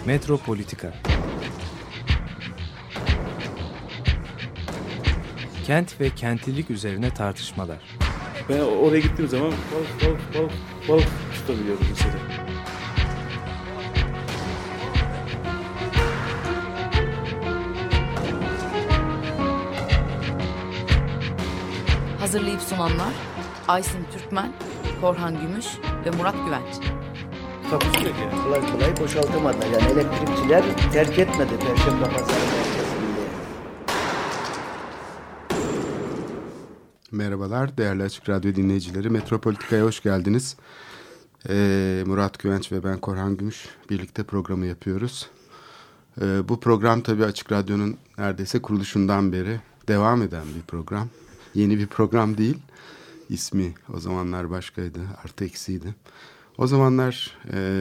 Metropolitika. Kent ve kentlilik üzerine tartışmalar. Ben oraya gittiğim zaman balık tutabiliyorum mesela. Hazırlayıp sunanlar Aysin Türkmen, Korhan Gümüş ve Murat Güvenç. Takusu yok yani. Kolay kolay boşaltamadılar. Yani elektrikçiler terk etmedi Perşembe Pazarı merkezinde. Merhabalar değerli Açık Radyo dinleyicileri. Metropolitika'ya hoş geldiniz. Murat Güvenç ve ben Korhan Gümüş birlikte programı yapıyoruz. Bu program tabii Açık Radyo'nun neredeyse kuruluşundan beri devam eden bir program. Yeni bir program değil. İsmi o zamanlar başkaydı, artı eksiydi. O zamanlar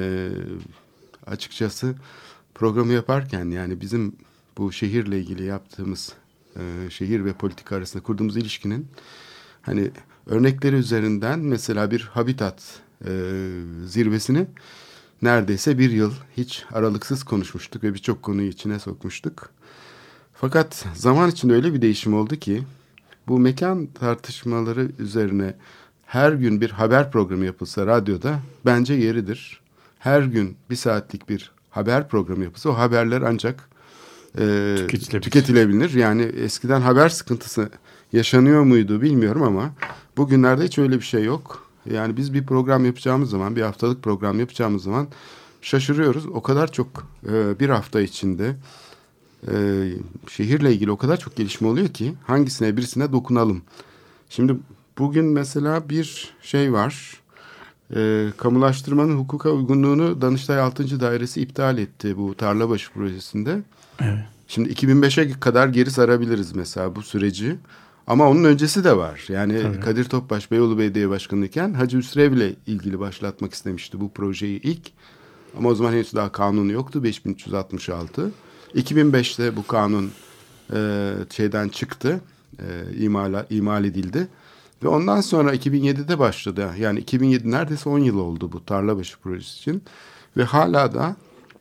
açıkçası programı yaparken yani bizim bu şehirle ilgili yaptığımız şehir ve politika arasında kurduğumuz ilişkinin hani örnekleri üzerinden mesela bir habitat zirvesini neredeyse bir yıl hiç aralıksız konuşmuştuk ve birçok konuyu içine sokmuştuk. Fakat zaman içinde öyle bir değişim oldu ki bu mekan tartışmaları üzerine her gün bir haber programı yapılsa radyoda bence yeridir. Her gün bir saatlik bir haber programı yapılsa o haberler ancak tüketilebilir. Yani eskiden haber sıkıntısı yaşanıyor muydu bilmiyorum ama bugünlerde hiç öyle bir şey yok. Yani biz bir program yapacağımız zaman, bir haftalık program yapacağımız zaman şaşırıyoruz. O kadar çok bir hafta içinde şehirle ilgili o kadar çok gelişme oluyor ki hangisine birisine dokunalım. Şimdi bugün mesela bir şey var. Kamulaştırmanın hukuka uygunluğunu Danıştay 6. Dairesi iptal etti bu Tarlabaşı projesinde. Evet. Şimdi 2005'e kadar geri sarabiliriz mesela bu süreci. Ama onun öncesi de var. Yani tabii. Kadir Topbaş Beyoğlu Belediye Başkanı'yken Hacı Üsrev ile ilgili başlatmak istemişti bu projeyi ilk. Ama o zaman henüz daha kanunu yoktu. 5366. 2005'te bu kanun şeyden çıktı. İmal edildi. Ve ondan sonra 2007'de başladı. Yani 2007 neredeyse 10 yıl oldu bu Tarlabaşı projesi için. Ve hala da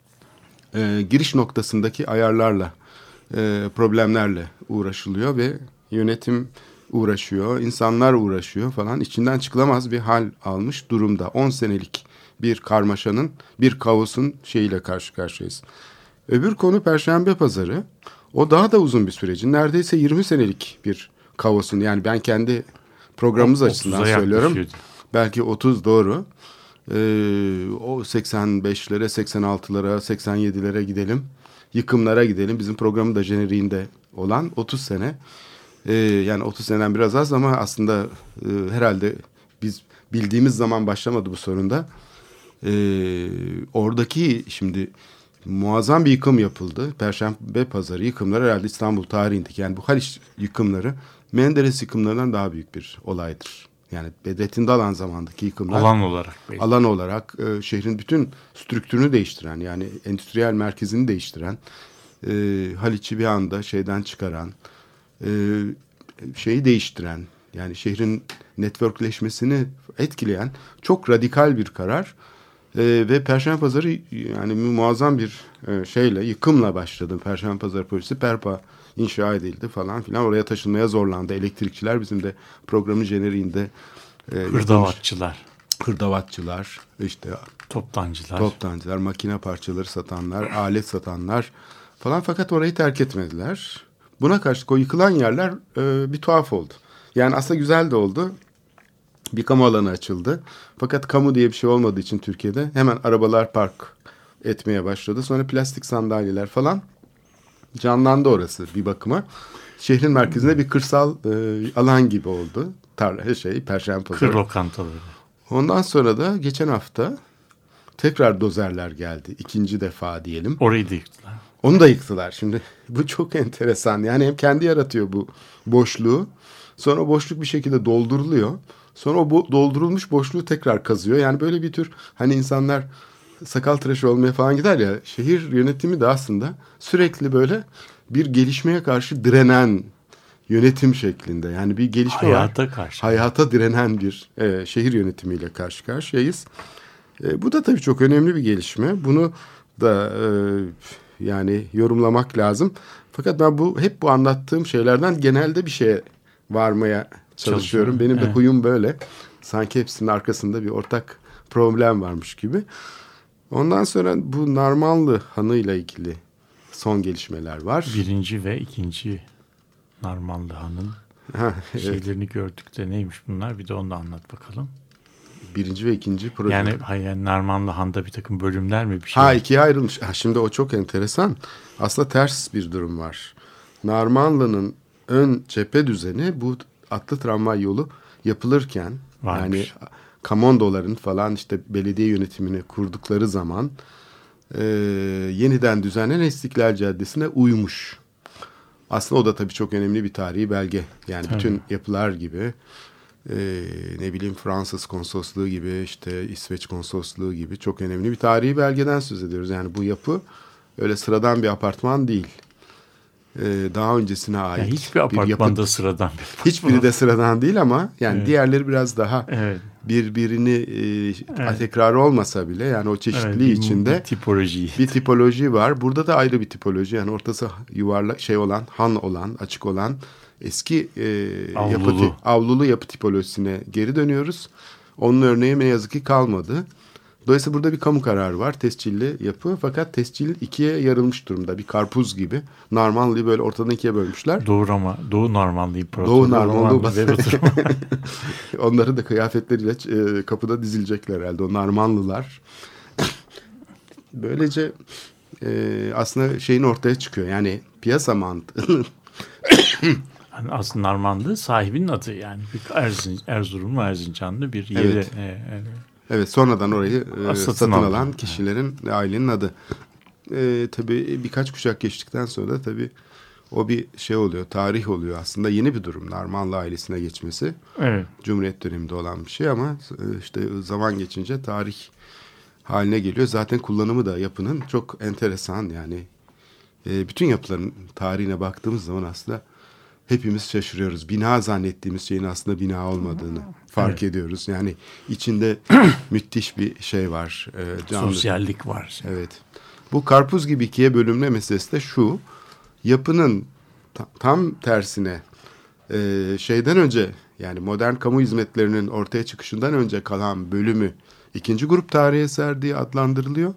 giriş noktasındaki ayarlarla, problemlerle uğraşılıyor ve yönetim uğraşıyor, insanlar uğraşıyor falan. İçinden çıkılamaz bir hal almış durumda. 10 senelik bir karmaşanın, bir kaosun şeyiyle karşı karşıyayız. Öbür konu Perşembe Pazarı. O daha da uzun bir sürecin. Neredeyse 20 senelik bir kaosun. Yani ben kendi programımız açısından söylüyorum. Belki 30 doğru. O 85'lere, 86'lara, 87'lere gidelim. Yıkımlara gidelim. Bizim programın da jeneriğinde olan 30 sene. Yani 30 seneden biraz az ama aslında herhalde biz bildiğimiz zaman başlamadı bu sorunda. Oradaki şimdi muazzam bir yıkım yapıldı. Perşembe Pazarı yıkımları herhalde İstanbul tarihindeki yani bu Haliç yıkımları Menderes yıkımlarından daha büyük bir olaydır. Yani Bedrettin Dalan zamandaki yıkımlar. Alan olarak şehrin bütün strüktürünü değiştiren yani endüstriyel merkezini değiştiren Haliç'i bir anda şeyden çıkaran şeyi değiştiren yani şehrin networkleşmesini etkileyen çok radikal bir karar. Ve Perşembe Pazarı yani muazzam bir şeyle yıkımla başladı. Perşembe Pazarı projesi Perpa inşa edildi falan filan. Oraya taşınmaya zorlandı. Elektrikçiler bizim de programın jeneriğinde hırdavatçılar, işte toptancılar, makine parçaları satanlar, alet satanlar falan fakat orayı terk etmediler. Buna karşılık o yıkılan yerler bir tuhaf oldu. Yani aslında güzel de oldu. Bir kamu alanı açıldı. Fakat kamu diye bir şey olmadığı için Türkiye'de hemen arabalar park etmeye başladı. Sonra plastik sandalyeler falan canlandı orası bir bakıma. Şehrin merkezinde bir kırsal alan gibi oldu. Perşembe Pazarı. Kır lokantaları. Ondan sonra da geçen hafta tekrar dozerler geldi. İkinci defa diyelim. Orayı da yıktılar. Onu da yıktılar. Şimdi bu çok enteresan. Yani hem kendi yaratıyor bu boşluğu. Sonra o boşluk bir şekilde dolduruluyor. Sonra o doldurulmuş boşluğu tekrar kazıyor. Yani böyle bir tür hani insanlar sakal tıraşı olmaya falan gider ya. Şehir yönetimi de aslında sürekli böyle bir gelişmeye karşı direnen yönetim şeklinde. Yani bir gelişme hayata direnen bir şehir yönetimiyle karşı karşıyayız. Bu da tabii çok önemli bir gelişme. Bunu da yani yorumlamak lazım. Fakat ben hep bu anlattığım şeylerden genelde bir şeye varmaya çalışıyorum. Benim de huyum böyle. Sanki hepsinin arkasında bir ortak problem varmış gibi. Ondan sonra bu Narmanlı Hanı ile ilgili son gelişmeler var. 1. ve 2. Narmanlı Han'ın şeylerini gördük de neymiş bunlar? Bir de onu da anlat bakalım. 1. ve 2. proje. Yani Narmanlı Han'da bir takım bölümler mi bir şey? İkiye ayrılmış. Şimdi o çok enteresan. Aslında ters bir durum var. Narmanlı'nın ön cephe düzeni bu atlı tramvay yolu yapılırken varmış. Yani Kamondoların falan işte belediye yönetimini kurdukları zaman yeniden düzenlenen İstiklal Caddesi'ne uymuş. Aslında o da tabii çok önemli bir tarihi belge. Yani bütün yapılar gibi ne bileyim Fransız konsolosluğu gibi işte İsveç konsolosluğu gibi çok önemli bir tarihi belgeden söz ediyoruz. Yani bu yapı öyle sıradan bir apartman değil. Daha öncesine ait. Yani hiçbir apartmanda sıradan bir hiçbiri de sıradan değil ama yani diğerleri biraz daha birbirini tekrar olmasa bile yani o çeşitliliği içinde bir tipoloji var. Burada da ayrı bir tipoloji. Yani ortası yuvarlak han olan, açık olan eski avlulu yapı tipolojisine geri dönüyoruz. Onun örneği ne yazık ki kalmadı. Dolayısıyla burada bir kamu kararı var. Tescilli yapı. Fakat tescil ikiye yarılmış durumda. Bir karpuz gibi. Narmanlı'yı böyle ortadan ikiye bölmüşler. Doğu Narmanlı İmparatorluğu. Doğu Narmanlı. Onları da kıyafetleriyle kapıda dizilecekler herhalde. O Narmanlılar. Böylece aslında şeyin ortaya çıkıyor. Yani piyasa mantığı. Yani aslında Narmanlı sahibinin adı yani. Erzurumlu Erzincanlı bir yeri. Evet, sonradan orayı satın alan kişilerin, ailenin adı. Tabii birkaç kuşak geçtikten sonra da tabii o bir şey oluyor, tarih oluyor. Aslında yeni bir durum Narmanlı ailesine geçmesi. Evet. Cumhuriyet döneminde olan bir şey ama işte zaman geçince tarih haline geliyor. Zaten kullanımı da yapının çok enteresan yani. Bütün yapıların tarihine baktığımız zaman aslında hepimiz şaşırıyoruz. Bina zannettiğimiz şeyin aslında bina olmadığını fark ediyoruz. Yani içinde müthiş bir şey var. Sosyallik var. Evet. Bu karpuz gibi ikiye bölünme meselesi de şu. Yapının tam tersine şeyden önce yani modern kamu hizmetlerinin ortaya çıkışından önce kalan bölümü 2. grup tarihi eser diye adlandırılıyor.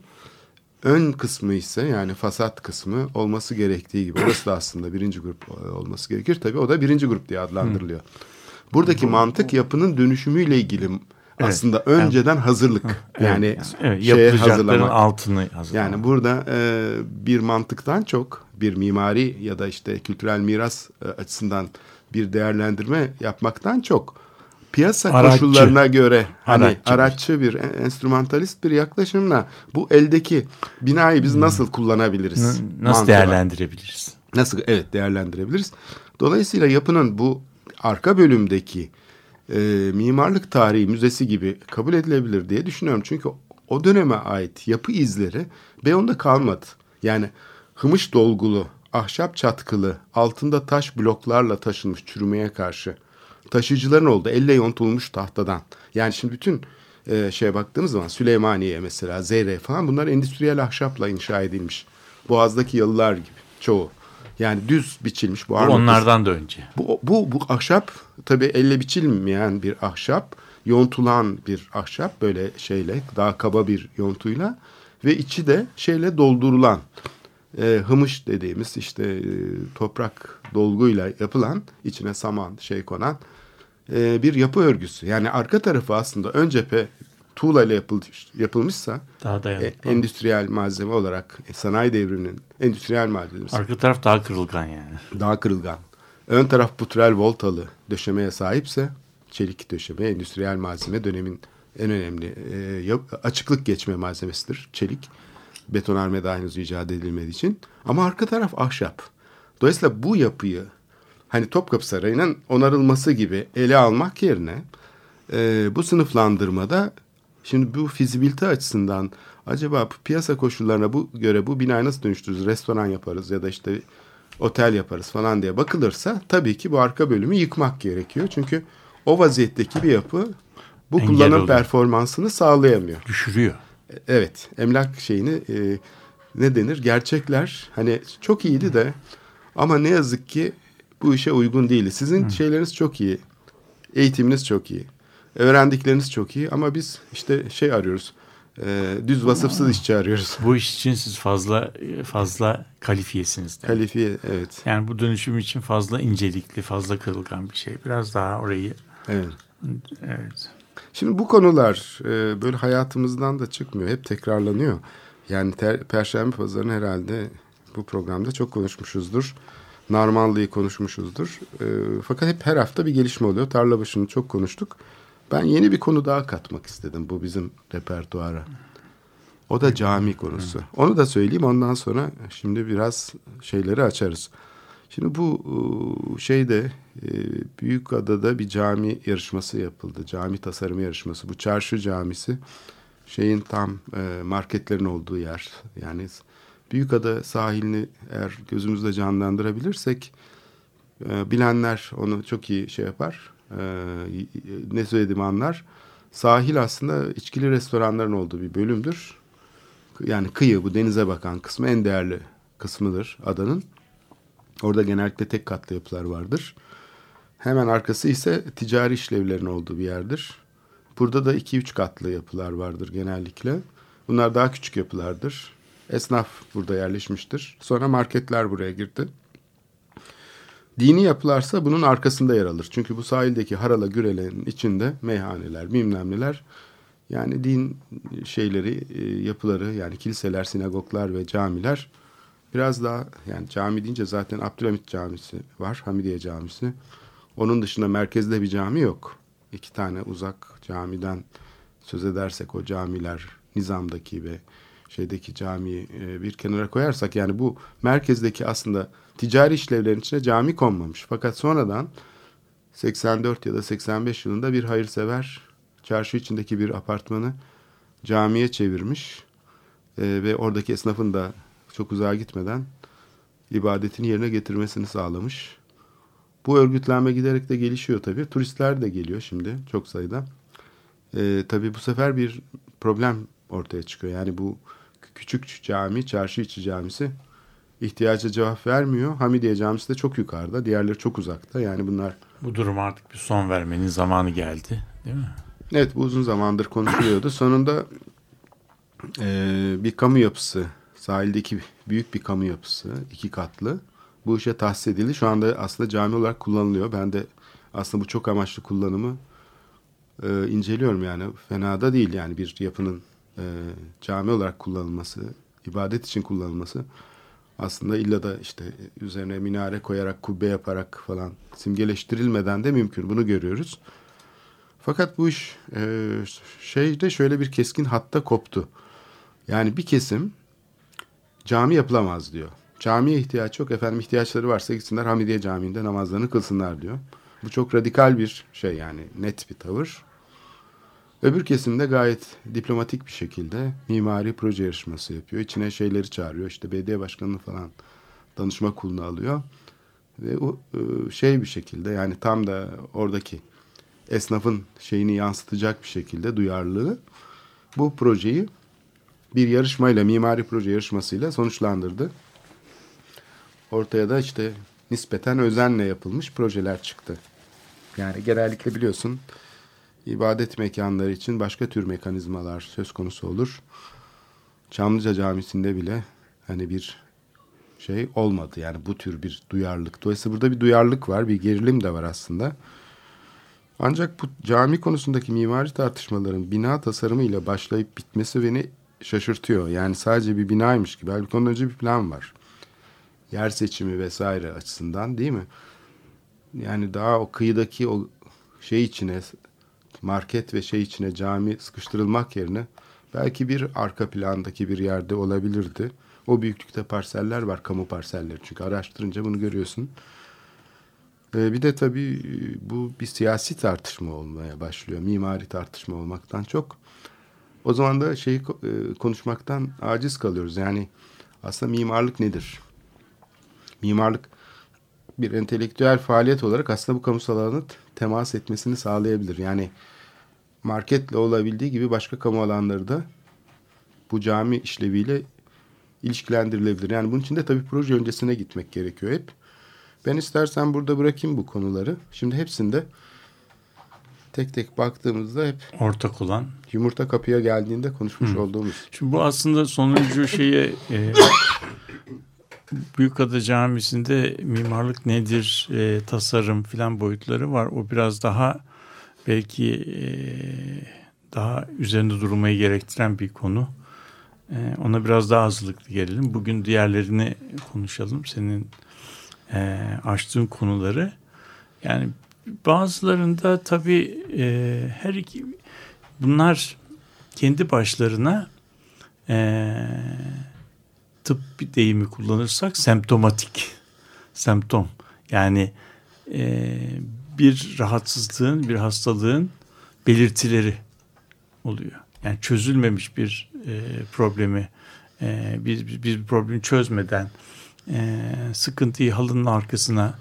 Ön kısmı ise yani fasat kısmı olması gerektiği gibi. Orası da aslında 1. grup olması gerekir. Tabii o da 1. grup diye adlandırılıyor. Buradaki mantık yapının dönüşümüyle ilgili aslında önceden hazırlık. Yani şeye hazırlamak. Altını hazırlamak. Yani burada bir mantıktan çok bir mimari ya da işte kültürel miras açısından bir değerlendirme yapmaktan çok piyasa koşullarına göre araççı bir enstrümantalist bir yaklaşımla bu eldeki binayı biz nasıl kullanabiliriz? Nasıl değerlendirebiliriz? Değerlendirebiliriz. Dolayısıyla yapının bu arka bölümdeki mimarlık tarihi müzesi gibi kabul edilebilir diye düşünüyorum. Çünkü o döneme ait yapı izleri Beyoğlu'nda kalmadı. Yani hımış dolgulu, ahşap çatkılı, altında taş bloklarla taşınmış çürümeye karşı taşıyıcıların oldu. Elle yontulmuş tahtadan. Yani şimdi bütün şeye baktığımız zaman Süleymaniye mesela, Zeyre falan bunlar endüstriyel ahşapla inşa edilmiş. Boğaz'daki yalılar gibi çoğu. Yani düz biçilmiş. Bu onlardan da önce. Bu ahşap tabii elle biçilmeyen bir ahşap. Yontulan bir ahşap böyle şeyle daha kaba bir yontuyla ve içi de şeyle doldurulan hımış dediğimiz işte toprak dolguyla yapılan içine saman konan bir yapı örgüsü. Yani arka tarafı aslında ön cephe tuğla ile yapılmışsa daha dayanıklı. Endüstriyel malzeme olarak sanayi devriminin endüstriyel malzemesi. Arka taraf daha kırılgan yani. Daha kırılgan. Ön taraf putrel voltalı döşemeye sahipse çelik döşeme endüstriyel malzeme dönemin en önemli açıklık geçme malzemesidir çelik. Betonarme daha henüz icat edilmediği için. Ama arka taraf ahşap. Dolayısıyla bu yapıyı hani Topkapı Sarayı'nın onarılması gibi ele almak yerine bu sınıflandırmada şimdi bu fizibilite açısından acaba piyasa koşullarına göre bu binayı nasıl dönüştürürüz? Restoran yaparız ya da işte otel yaparız falan diye bakılırsa tabii ki bu arka bölümü yıkmak gerekiyor. Çünkü o vaziyetteki bir yapı bu kullanım performansını sağlayamıyor. Düşürüyor. Evet, emlak şeyini ne denir? Gerçekler hani çok iyiydi de ama ne yazık ki bu işe uygun değildi. Sizin şeyleriniz çok iyi. Eğitiminiz çok iyi. Öğrendikleriniz çok iyi ama biz işte şey arıyoruz. Düz vasıfsız işçi arıyoruz. Bu iş için siz fazla kalifiyesiniz. Demek. Kalifiye, evet. Yani bu dönüşüm için fazla incelikli, fazla kırılgan bir şey. Biraz daha orayı... Evet. Evet. Şimdi bu konular böyle hayatımızdan da çıkmıyor. Hep tekrarlanıyor. Yani Perşembe Pazarı'nı herhalde bu programda çok konuşmuşuzdur. Narmanlı'yı konuşmuşuzdur. Fakat hep her hafta bir gelişme oluyor. Tarlabaşı'nı çok konuştuk. Ben yeni bir konu daha katmak istedim bu bizim repertuara. O da cami konusu. Onu da söyleyeyim, ondan sonra şimdi biraz şeyleri açarız. Şimdi bu şeyde Büyükada'da bir cami yarışması yapıldı. Cami tasarımı yarışması. Bu Çarşı Camisi şeyin tam marketlerin olduğu yer. Yani Büyükada sahilini eğer gözümüzde canlandırabilirsek bilenler onu çok iyi şey yapar. Ne söylediğimi anlar. Sahil aslında içkili restoranların olduğu bir bölümdür. Yani kıyı, bu denize bakan kısmı en değerli kısmıdır adanın. Orada genellikle tek katlı yapılar vardır. Hemen arkası ise ticari işlevlerin olduğu bir yerdir. Burada da 2-3 katlı yapılar vardır genellikle. Bunlar daha küçük yapılardır. Esnaf burada yerleşmiştir. Sonra marketler buraya girdi. Dini yapılarsa bunun arkasında yer alır. Çünkü bu sahildeki harala gürelerin içinde meyhaneler, bilmem neler. Yani din şeyleri, yapıları, yani kiliseler, sinagoglar ve camiler biraz daha, yani cami deyince zaten Abdülhamit Camisi var, Hamidiye Camisi. Onun dışında merkezde bir cami yok. 2 tane uzak camiden söz edersek o camiler, Nizam'daki ve şeydeki camiyi bir kenara koyarsak, yani bu merkezdeki aslında ticari işlevlerin içine cami konmamış. Fakat sonradan 84 ya da 85 yılında bir hayırsever çarşı içindeki bir apartmanı camiye çevirmiş ve oradaki esnafın da çok uzağa gitmeden ibadetini yerine getirmesini sağlamış. Bu örgütlenme giderek de gelişiyor tabii. Turistler de geliyor şimdi çok sayıda. Tabii bu sefer bir problem ortaya çıkıyor. Yani bu küçük cami, çarşı içi camisi ihtiyaca cevap vermiyor. Hamidiye Camisi de çok yukarıda, diğerleri çok uzakta. Yani bunlar... Bu duruma artık bir son vermenin zamanı geldi, değil mi? Evet, bu uzun zamandır konuşuluyordu. Sonunda bir kamu yapısı, sahildeki büyük bir kamu yapısı, 2 katlı. Bu işe tahsis edildi. Şu anda aslında cami olarak kullanılıyor. Ben de aslında bu çok amaçlı kullanımı inceliyorum yani. Fena da değil yani bir yapının cami olarak kullanılması, ibadet için kullanılması. Aslında illa da işte üzerine minare koyarak, kubbe yaparak falan simgeleştirilmeden de mümkün. Bunu görüyoruz. Fakat bu iş şeyde şöyle bir keskin hatta koptu. Yani bir kesim cami yapılamaz diyor. Camiye ihtiyaç yok. Efendim ihtiyaçları varsa gitsinler Hamidiye Camii'nde namazlarını kılsınlar diyor. Bu çok radikal bir şey, yani net bir tavır. Öbür kesimde gayet diplomatik bir şekilde mimari proje yarışması yapıyor. İçine şeyleri çağırıyor. İşte belediye başkanını falan danışma kuruluna alıyor. Ve o şey bir şekilde, yani tam da oradaki esnafın şeyini yansıtacak bir şekilde duyarlılığı bu projeyi bir yarışmayla, mimari proje yarışmasıyla sonuçlandırdı. Ortaya da işte nispeten özenle yapılmış projeler çıktı. Yani genellikle biliyorsun ibadet mekanları için başka tür mekanizmalar söz konusu olur. Çamlıca Camisi'nde bile hani bir şey olmadı. Yani bu tür bir duyarlılık. Dolayısıyla burada bir duyarlılık var, bir gerilim de var aslında. Ancak bu cami konusundaki mimari tartışmaların bina tasarımıyla başlayıp bitmesi beni şaşırtıyor. Yani sadece bir binaymış gibi. Halbuki ondan önce bir plan var. Yer seçimi vesaire açısından, değil mi? Yani daha o kıyıdaki o şey içine, market ve şey içine cami sıkıştırılmak yerine belki bir arka plandaki bir yerde olabilirdi. O büyüklükte parseller var, kamu parselleri. Çünkü araştırınca bunu görüyorsun. Bir de tabii bu bir siyasi tartışma olmaya başlıyor. Mimari tartışma olmaktan çok. O zaman da şeyi konuşmaktan aciz kalıyoruz. Yani aslında mimarlık nedir? Mimarlık bir entelektüel faaliyet olarak aslında bu kamusal alanı temas etmesini sağlayabilir. Yani marketle olabildiği gibi başka kamu alanları da bu cami işleviyle ilişkilendirilebilir. Yani bunun için de tabii proje öncesine gitmek gerekiyor hep. Ben istersen burada bırakayım bu konuları. Şimdi hepsinde tek tek baktığımızda hep ortak olan. Yumurta kapıya geldiğinde konuşmuş olduğumuz. Şimdi bu aslında sonuncu şeye Büyükada Camisi'nde mimarlık nedir, tasarım filan boyutları var. O biraz daha belki daha üzerinde durmayı gerektiren bir konu. Ona biraz daha hazırlıklı gelelim. Bugün diğerlerini konuşalım. Senin açtığın konuları. Yani bazılarında tabii bunlar kendi başlarına tıp bir deyimi kullanırsak semptomatik. Semptom. Yani bir rahatsızlığın, bir hastalığın belirtileri oluyor. Yani çözülmemiş bir problemi, biz bir problemi çözmeden sıkıntıyı halının arkasına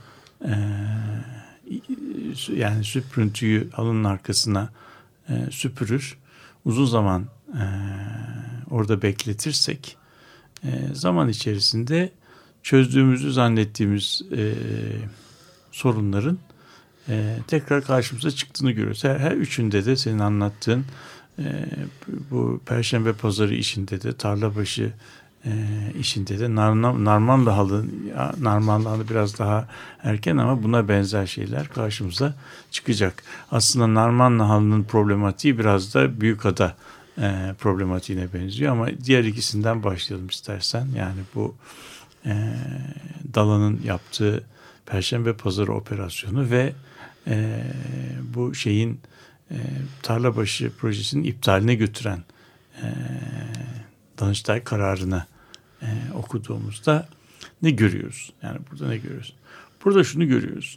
yani süprüntüyü halının arkasına süpürür. Uzun zaman orada bekletirsek zaman içerisinde çözdüğümüzü zannettiğimiz sorunların tekrar karşımıza çıktığını görüyoruz. Her üçünde de senin anlattığın bu Perşembe Pazarı işinde de, Tarlabaşı işinde de, Narmanlı halı biraz daha erken ama buna benzer şeyler karşımıza çıkacak. Aslında Narmanlı halının problematiği biraz da Büyükada problematiğine benziyor ama diğer ikisinden başlayalım istersen. Yani bu Dala'nın yaptığı Perşembe Pazarı operasyonu ve bu şeyin Tarlabaşı projesinin iptaline götüren Danıştay kararını okuduğumuzda ne görüyoruz? Yani burada ne görüyoruz? Burada şunu görüyoruz.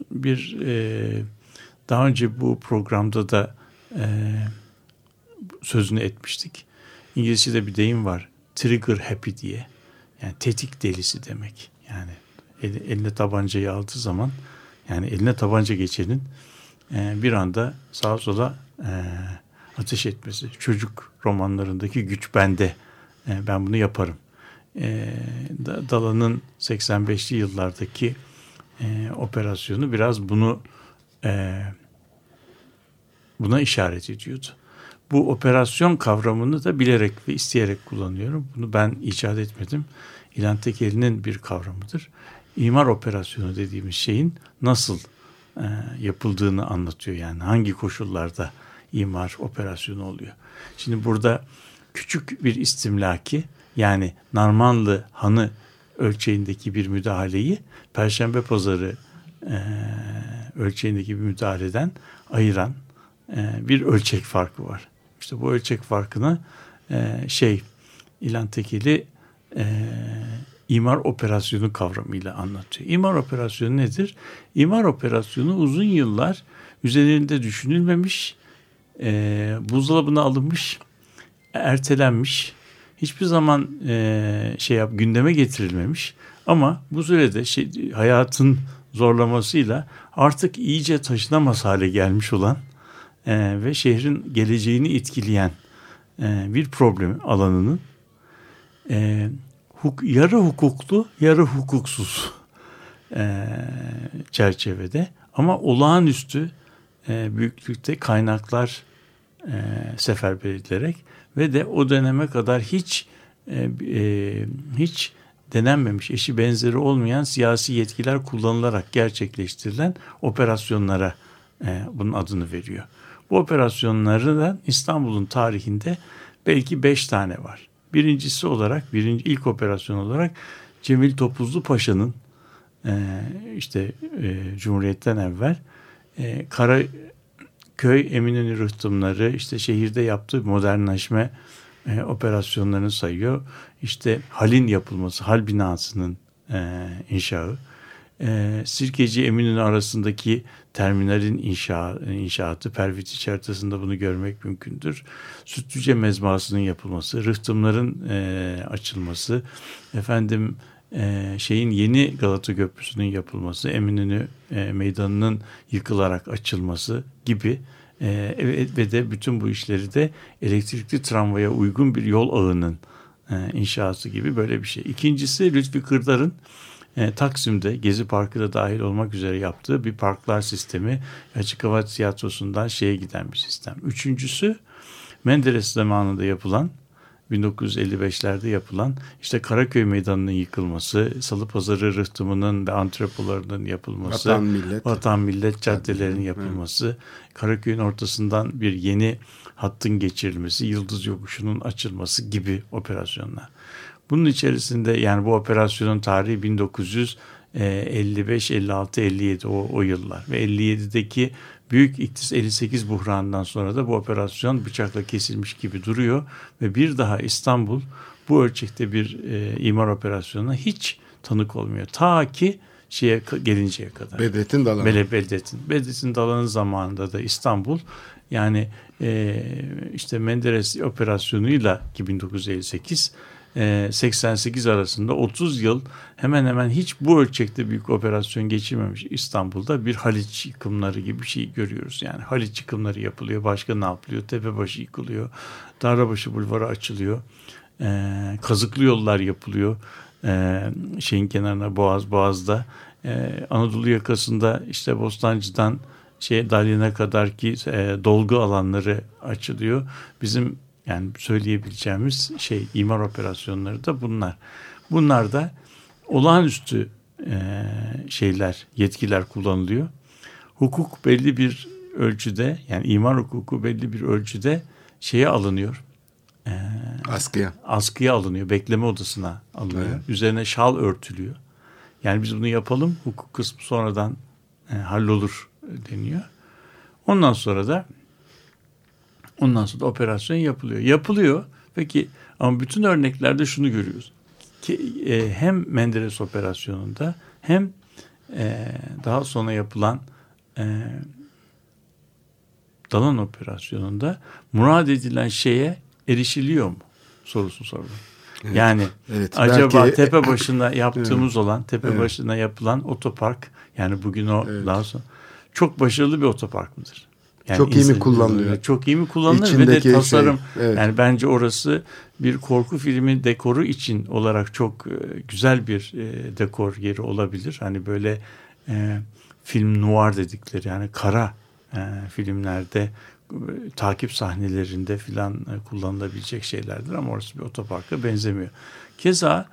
Daha önce bu programda da sözünü etmiştik. İngilizce'de bir deyim var. Trigger happy diye. Yani tetik delisi demek. Yani eline tabancayı aldığı zaman, yani eline tabanca geçenin bir anda sağa sola ateş etmesi. Çocuk romanlarındaki güç bende. Ben bunu yaparım. Dala'nın 85'li yıllardaki operasyonu biraz buna işaret ediyordu. Bu operasyon kavramını da bilerek ve isteyerek kullanıyorum. Bunu ben icat etmedim. İlhan Tekeli'nin bir kavramıdır. İmar operasyonu dediğimiz şeyin nasıl yapıldığını anlatıyor. Yani hangi koşullarda imar operasyonu oluyor. Şimdi burada küçük bir istimlaki, yani Narmanlı Hanı ölçeğindeki bir müdahaleyi Perşembe Pazarı ölçeğindeki bir müdahaleden ayıran bir ölçek farkı var. İşte bu ölçek farkını İlhan Tekeli imar operasyonu kavramıyla anlatıyor. İmar operasyonu nedir? İmar operasyonu uzun yıllar üzerinde düşünülmemiş, buzdolabına alınmış, ertelenmiş, hiçbir zaman gündeme getirilmemiş ama bu sürede hayatın zorlamasıyla artık iyice taşınamaz hale gelmiş olan ve şehrin geleceğini etkileyen bir problem alanının yarı hukuklu, yarı hukuksuz çerçevede ama olağanüstü büyüklükte kaynaklar seferber edilerek ve de o döneme kadar hiç denenmemiş, eşi benzeri olmayan siyasi yetkiler kullanılarak gerçekleştirilen operasyonlara bunun adını veriyor. Bu operasyonlardan İstanbul'un tarihinde belki 5 tane var. Birincisi olarak, ilk operasyon olarak Cemil Topuzlu Paşa'nın Cumhuriyet'ten evvel Karaköy Eminönü rıhtımları, şehirde yaptığı modernleşme operasyonlarını sayıyor. Hal'in yapılması, Hal binasının inşaatı, Sirkeci Eminönü arasındaki terminalin inşaatı, Pervitiç haritasında bunu görmek mümkündür. Sütlüce mezbahasının yapılması, rıhtımların açılması, yeni Galata Köprüsü'nün yapılması, Eminönü meydanının yıkılarak açılması gibi ve de bütün bu işleri de elektrikli tramvaya uygun bir yol ağının inşası gibi böyle bir şey. İkincisi Lütfi Kırdar'ın Taksim'de Gezi Parkı da dahil olmak üzere yaptığı bir parklar sistemi, açık hava tiyatrosundan şeye giden bir sistem. Üçüncüsü Menderes zamanında yapılan, 1955'lerde yapılan işte Karaköy Meydanı'nın yıkılması, Salıpazarı rıhtımının ve antrepolarının yapılması, Vatan Millet caddelerinin yapılması, Karaköy'ün ortasından bir yeni hattın geçirilmesi, Yıldız Yokuşu'nun açılması gibi operasyonlar. Bunun içerisinde yani bu operasyonun tarihi 1955, 56, 57 o yıllar ve 57'deki büyük 58 buhranından sonra da bu operasyon bıçakla kesilmiş gibi duruyor ve bir daha İstanbul bu ölçekte bir imar operasyonuna hiç tanık olmuyor. Ta ki şeye gelinceye kadar. Bedrettin Dalan. Bedrettin Dalan'ın zamanında da İstanbul yani işte Menderes operasyonuyla 1958 88 arasında 30 yıl hemen hemen hiç bu ölçekte büyük operasyon geçirmemiş İstanbul'da bir Haliç yıkımları gibi bir şey görüyoruz. Yani Haliç yıkımları yapılıyor. Başka ne yapılıyor? Tepebaşı yıkılıyor. Darlabaşı Bulvarı açılıyor. Kazıklı yollar yapılıyor. Şeyin kenarına Boğaz'da. Anadolu yakasında işte Bostancı'dan Dalyan'a kadar ki dolgu alanları açılıyor. Bizim yani söyleyebileceğimiz imar operasyonları da bunlar. Bunlar da olağanüstü yetkiler kullanılıyor. Hukuk belli bir ölçüde yani imar hukuku belli bir ölçüde alınıyor. Askıya alınıyor. Bekleme odasına alınıyor. Evet. Üzerine şal örtülüyor. Yani biz bunu yapalım. Hukuk kısmı sonradan hallolur deniyor. Ondan sonra da operasyon yapılıyor. Peki ama bütün örneklerde şunu görüyoruz. Ki, hem Menderes operasyonunda hem daha sonra yapılan Dalan operasyonunda murad edilen şeye erişiliyor mu sorusu sorulur. Evet, yani acaba belki, tepe başına yaptığımız olan tepe başına yapılan otopark yani bugün daha sonra çok başarılı bir otopark mıdır? Yani çok iyi mi kullanılıyor? Çok iyi mi kullanılıyor ve de tasarım. Yani bence orası bir korku filmi dekoru için olarak çok güzel bir dekor yeri olabilir. Hani böyle film noir dedikleri yani kara filmlerde takip sahnelerinde filan kullanılabilecek şeylerdir ama orası bir otoparka benzemiyor. Keza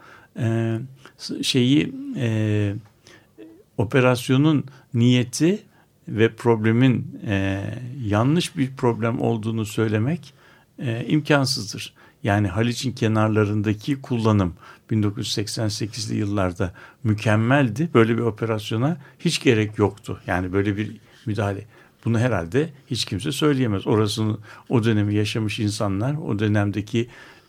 operasyonun niyeti ve problemin yanlış bir problem olduğunu söylemek imkansızdır. Yani Haliç'in kenarlarındaki kullanım 1988'li yıllarda mükemmeldi. Böyle bir operasyona hiç gerek yoktu. Yani böyle bir müdahale. Bunu herhalde hiç kimse söyleyemez. Orasını o dönemi yaşamış insanlar, o dönemdeki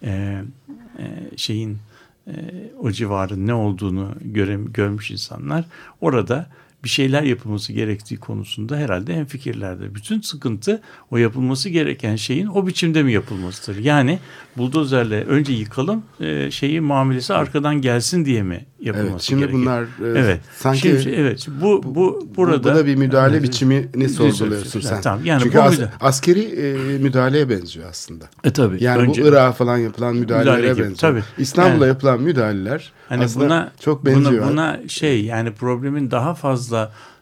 o civarın ne olduğunu görmüş insanlar orada bir şeyler yapılması gerektiği konusunda herhalde hemfikirlerdir. Bütün sıkıntı o yapılması gereken şeyin o biçimde mi yapılmasıdır? Yani buldozerle önce yıkalım muamelesi arkadan gelsin diye mi yapılması şimdi gerekiyor? Bunlar sanki burada da bir müdahale biçimini sorguluyorsun sen. Tamam, yani çünkü askeri müdahaleye benziyor aslında. Tabii. Yani bu Irak'a falan yapılan müdahalelere benziyor. Tabii. İstanbul'a yapılan müdahaleler hani aslında çok benziyor. Buna yani problemin daha fazla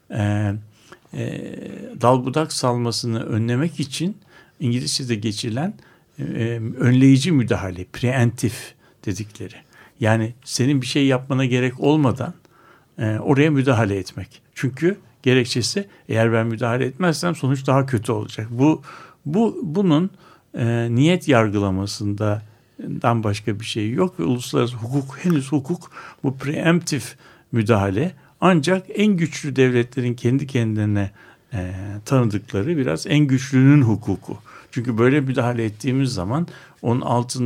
dal budak salmasını önlemek için İngilizce'de geçilen önleyici müdahale, preemptif dedikleri. Yani senin bir şey yapmana gerek olmadan oraya müdahale etmek. Çünkü gerekçesi eğer ben müdahale etmezsem sonuç daha kötü olacak. Bunun niyet yargılamasından başka bir şey yok ve uluslararası hukuk bu preemptif müdahale ancak en güçlü devletlerin kendi kendilerine tanıdıkları biraz en güçlünün hukuku. Çünkü böyle müdahale ettiğimiz zaman onun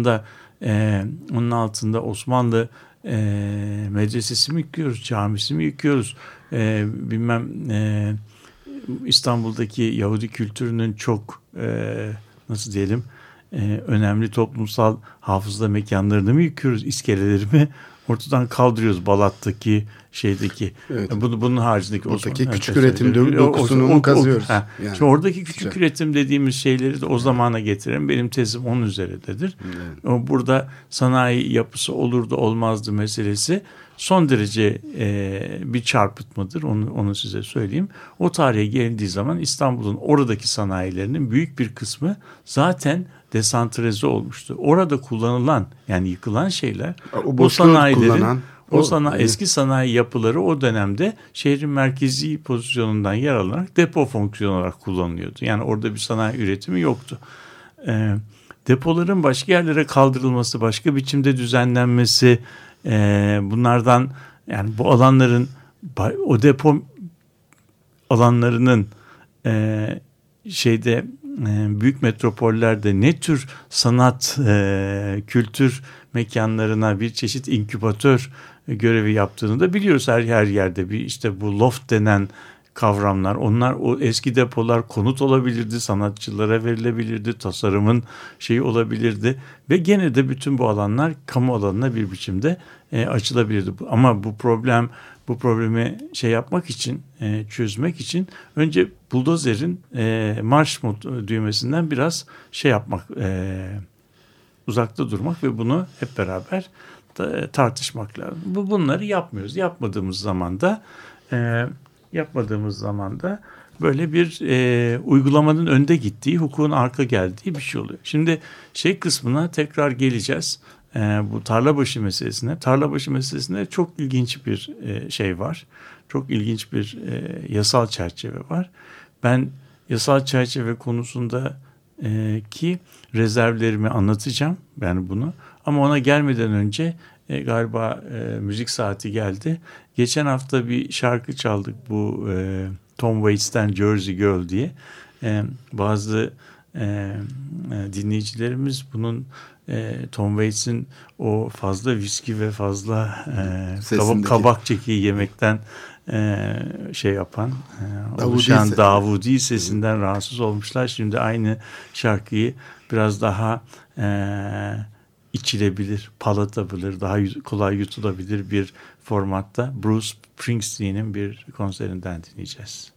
altında Osmanlı medresesi mi yıkıyoruz, camisi mi yıkıyoruz, İstanbul'daki Yahudi kültürünün çok önemli toplumsal hafıza mekanlarını mı yıkıyoruz, iskeleleri mi? ortadan kaldırıyoruz Balat'taki şeydeki. Evet. Bunun haricindeki oradaki küçük evet, üretim dokusunu kazıyoruz. Yani. Şimdi oradaki küçük üretim dediğimiz şeyleri de o zamana getirelim. Benim tezim onun üzerindedir. Evet. Burada sanayi yapısı olurdu olmazdı meselesi son derece bir çarpıtmadır. Onu size söyleyeyim. O tarihe gelindiği zaman İstanbul'un oradaki sanayilerinin büyük bir kısmı zaten desantralize olmuştu. Orada kullanılan yani yıkılan şeyler o sanayilerin eski sanayi yapıları o dönemde şehrin merkezi pozisyonundan yer alarak depo fonksiyonu olarak kullanılıyordu. Yani orada bir sanayi üretimi yoktu. Depoların başka yerlere kaldırılması, başka biçimde düzenlenmesi, bunlardan yani bu alanların o depo alanlarının büyük metropollerde ne tür sanat, kültür mekanlarına bir çeşit inkübatör görevi yaptığını da biliyoruz. Her yerde işte bu loft denen kavramlar, onlar o eski depolar konut olabilirdi, sanatçılara verilebilirdi, tasarımın şeyi olabilirdi ve gene de bütün bu alanlar kamu alanına bir biçimde açılabilirdi. Ama bu problemi yapmak için, çözmek için önce buldozerin marş düğmesinden biraz yapmak, uzakta durmak ve bunu hep beraber tartışmak lazım. Bunları yapmıyoruz. Yapmadığımız zaman da böyle bir uygulamanın önde gittiği, hukukun arka geldiği bir şey oluyor. Şimdi kısmına tekrar geleceğiz. Bu Tarlabaşı meselesine. Tarlabaşı meselesinde çok ilginç bir şey var. Çok ilginç bir yasal çerçeve var. Ben yasal çerçeve konusunda ki rezervlerimi anlatacağım. Yani bunu. Ama ona gelmeden önce galiba müzik saati geldi. Geçen hafta bir şarkı çaldık bu Tom Waits'ten Jersey Girl diye. Bazı dinleyicilerimiz bunun Tom Waits'in o fazla viski ve fazla kabak çekiği yemekten oluşan Davudi sesinden rahatsız olmuşlar. Şimdi aynı şarkıyı biraz daha içilebilir, palatabilir, daha kolay yutulabilir bir formatta Bruce Springsteen'in bir konserinden dinleyeceğiz.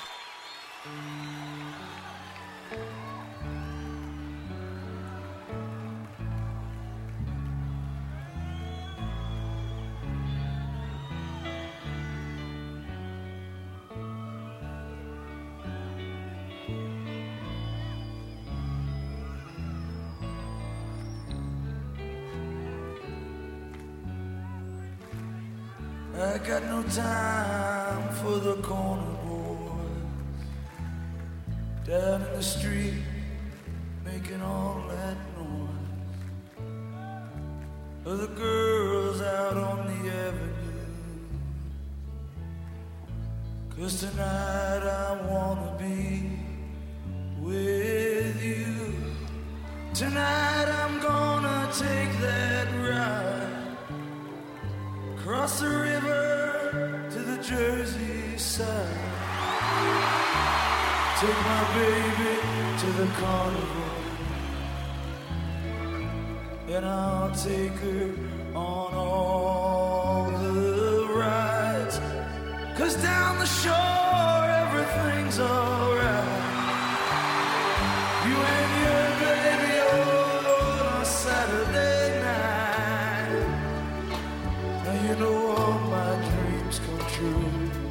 I got no time for the corner boys down in the street making all that noise, or the girls out on the avenue. 'Cause tonight I wanna be with you. Tonight I'm gonna take that ride across the river to the Jersey side. Take my baby to the carnival, and I'll take her on all the rides. 'Cause down the shore everything's alright. You and your baby on a Saturday night. Now you know all my dreams come true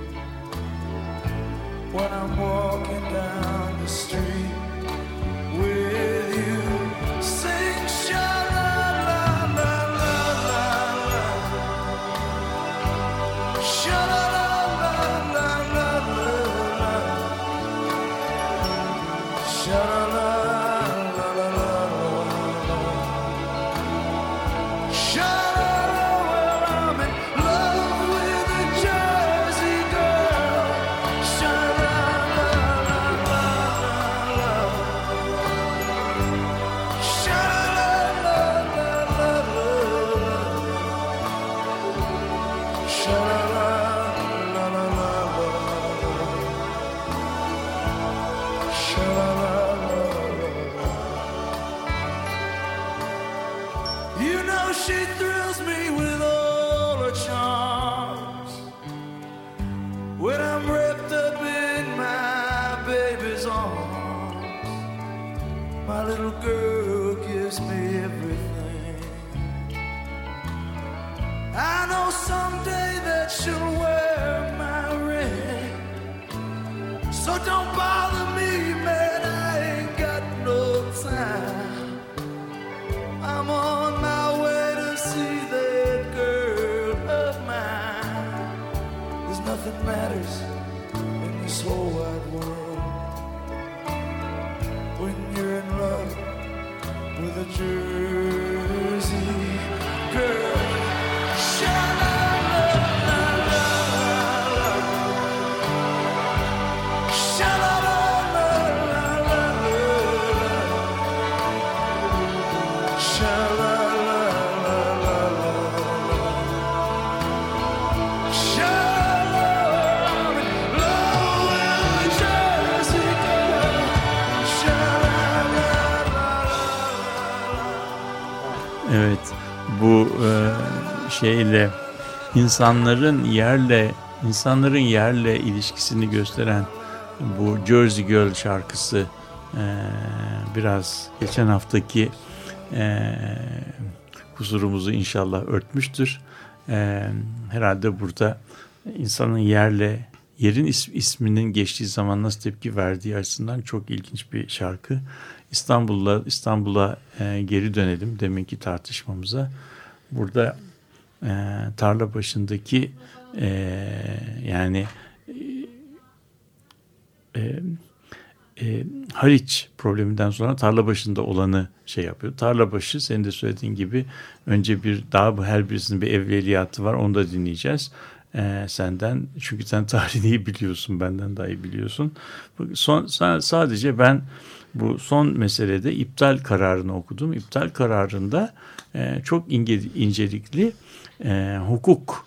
when I'm walking down the street with you. Sing sha-la-la-la-la-la, sha-la-la-la-la-la-la, sha-la-la-la-la-la-la, sha-la-la, I'm in love with a Jersey girl. Sha-la-la-la-la-la, sha-la-la-la-la-la, sha-la-la-la-la-la, sha-la-la-la-la-la. his arms. My little girl gives me everything. I know someday that she'll wear my ring. So don't bother me, man, I ain't got no time. I'm on my way to see that girl of mine. There's nothing matters in this whole wide world when you're in love with a Jersey girl. Evet, bu şeyle insanların yerle ilişkisini gösteren bu Jersey Girl şarkısı biraz geçen haftaki kusurumuzu inşallah örtmüştür. Herhalde burada insanın yerin isminin geçtiği zaman nasıl tepki verdiği açısından çok ilginç bir şarkı. İstanbul'a geri dönelim deminki tartışmamıza. Burada tarla başındaki Haliç probleminden sonra tarla başında olanı şey yapıyor. Tarla başı senin de söylediğin gibi önce her birisinin bir evveliyatı var, onu da dinleyeceğiz. Senden, çünkü sen tarihini iyi biliyorsun, benden daha iyi biliyorsun. Sadece ben bu son meselede iptal kararını okudum. İptal kararında çok incelikli hukuk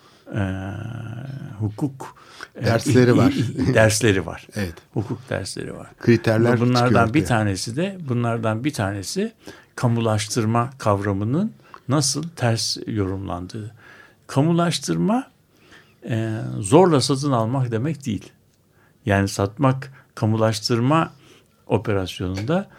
dersleri var. Dersleri var. Evet. Hukuk dersleri var. Kriterler bunlardan bir tanesi kamulaştırma kavramının nasıl ters yorumlandığı. Kamulaştırma zorla satın almak demek değil. Yani kamulaştırma operasyonunda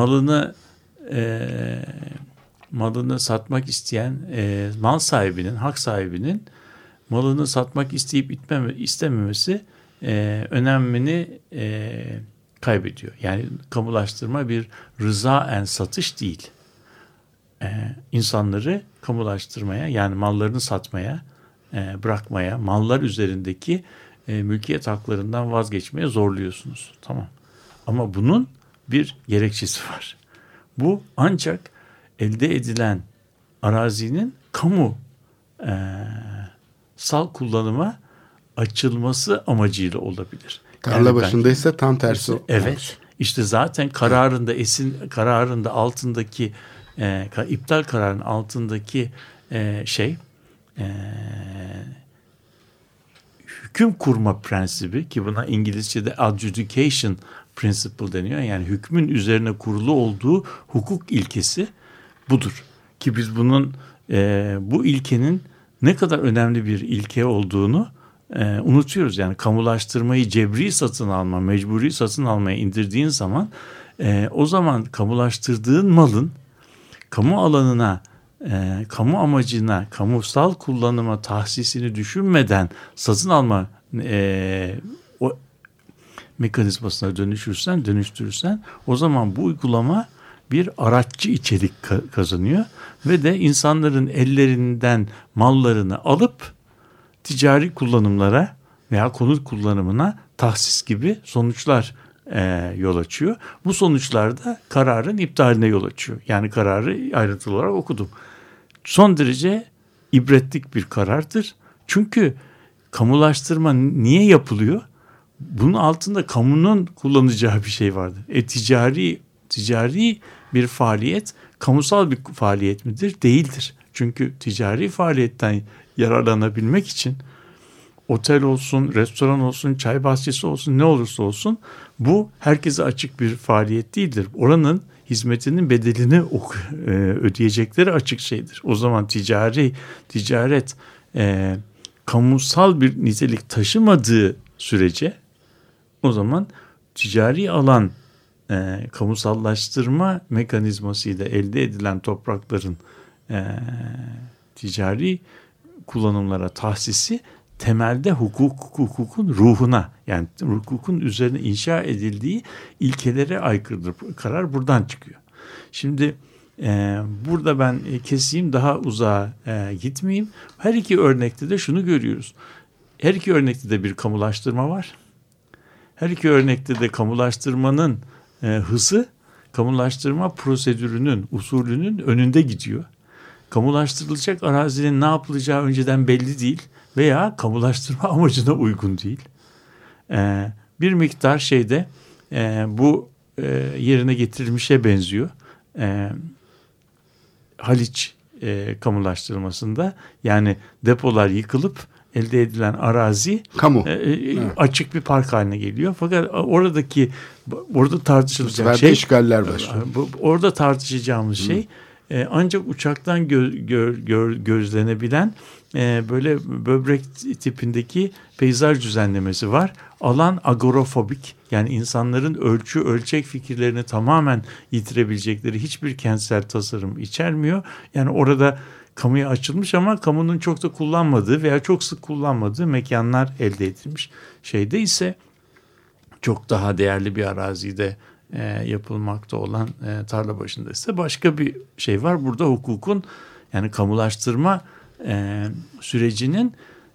malını satmak isteyen mal sahibinin, hak sahibinin malını satmak isteyip istememesi önemini kaybediyor. Yani kamulaştırma bir rızaen satış değil. İnsanları kamulaştırmaya, yani mallarını satmaya, bırakmaya, mallar üzerindeki mülkiyet haklarından vazgeçmeye zorluyorsunuz. Tamam. Ama bunun bir gerekçesi var. Bu ancak elde edilen arazinin kamu sal kullanıma açılması amacıyla olabilir. Tarla başındaysa tam tersi. Evet. İşte zaten kararında altındaki iptal kararının altındaki hüküm kurma prensibi, ki buna İngilizce'de adjudication principle deniyor. Yani hükmün üzerine kurulu olduğu hukuk ilkesi budur. Ki biz bunun bu ilkenin ne kadar önemli bir ilke olduğunu unutuyoruz. Yani kamulaştırmayı cebri satın alma, mecburi satın almaya indirdiğin zaman o zaman kamulaştırdığın malın kamu alanına, kamu amacına, kamusal kullanıma tahsisini düşünmeden satın alma o mekanizmasına dönüştürürsen o zaman bu uygulama bir araççı içerik kazanıyor ve de insanların ellerinden mallarını alıp ticari kullanımlara veya konut kullanımına tahsis gibi sonuçlar yol açıyor. Bu sonuçlar da kararın iptaline yol açıyor. Yani kararı ayrıntılı olarak okudum. Son derece ibretlik bir karardır. Çünkü kamulaştırma niye yapılıyor? Bunun altında kamunun kullanacağı bir şey vardır. Ticari bir faaliyet kamusal bir faaliyet midir? Değildir. Çünkü ticari faaliyetten yararlanabilmek için otel olsun, restoran olsun, çay bahçesi olsun, ne olursa olsun bu herkese açık bir faaliyet değildir. Oranın hizmetinin bedelini ödeyecekleri açık şeydir. O zaman ticaret kamusal bir nitelik taşımadığı sürece o zaman ticari alan kamusallaştırma mekanizmasıyla elde edilen toprakların ticari kullanımlara tahsisi temelde hukukun ruhuna, yani hukukun üzerine inşa edildiği ilkelere aykırıdır. Karar buradan çıkıyor. Şimdi burada ben keseyim, daha uzağa gitmeyeyim. Her iki örnekte de şunu görüyoruz. Her iki örnekte de bir kamulaştırma var. Her iki örnekte de kamulaştırmanın hızı kamulaştırma prosedürünün, usulünün önünde gidiyor. Kamulaştırılacak arazinin ne yapılacağı önceden belli değil veya kamulaştırma amacına uygun değil. Bir miktar şeyde bu yerine getirilmişe benziyor. Haliç kamulaştırmasında, yani depolar yıkılıp elde edilen arazi kamu açık bir park haline geliyor. Fakat orada tartışılacak şey, işgaller başlıyor. Orada tartışacağımız şey ancak uçaktan gözlenebilen böyle böbrek tipindeki peyzaj düzenlemesi var. Alan agorafobik, yani insanların ölçek fikirlerini tamamen yitirebilecekleri hiçbir kentsel tasarım içermiyor. Yani orada kamuya açılmış ama kamunun çok da kullanmadığı veya çok sık kullanmadığı mekanlar elde edilmiş. Şeyde ise çok daha değerli bir arazide yapılmakta olan tarla başında ise başka bir şey var. Burada hukukun, yani kamulaştırma sürecinin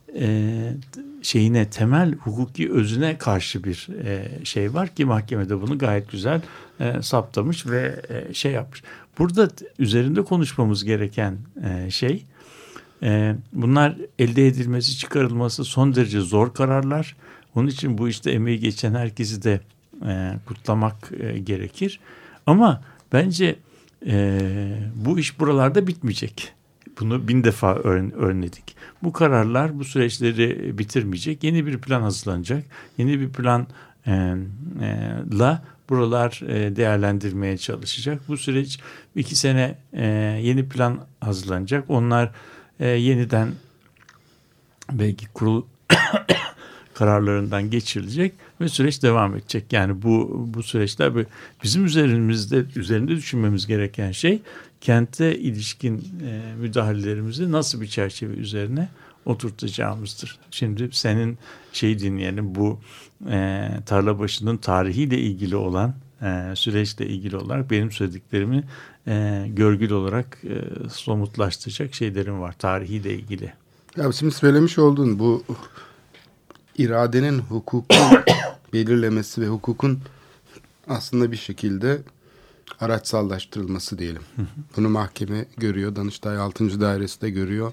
temel hukuki özüne karşı bir şey var ki mahkemede bunu gayet güzel saptamış ve şey yapmış. Burada üzerinde konuşmamız gereken şey, bunlar elde edilmesi, çıkarılması son derece zor kararlar. Onun için bu işte emeği geçen herkesi de kutlamak gerekir. Ama bence bu iş buralarda bitmeyecek. Bunu 1000 defa örnedik. Bu kararlar bu süreçleri bitirmeyecek. Yeni bir plan hazırlanacak. Yeni bir planla buralar değerlendirmeye çalışacak. Bu süreç 2 sene yeni plan hazırlanacak. Onlar yeniden belki kurul kararlarından geçirilecek ve süreç devam edecek. Yani bu süreçler bizim üzerinde düşünmemiz gereken şey, kente ilişkin müdahalelerimizi nasıl bir çerçeve üzerine oturtacağımızdır. Şimdi senin dinleyelim, bu Tarlabaşı'nın tarihiyle ilgili olan süreçle ilgili olarak benim söylediklerimi görgülü olarak somutlaştıracak şeylerim var tarihiyle ilgili. Ya şimdi söylemiş olduğun bu iradenin hukukun belirlemesi ve hukukun aslında bir şekilde araçsallaştırılması diyelim. Bunu mahkeme görüyor. Danıştay 6. Dairesi de görüyor.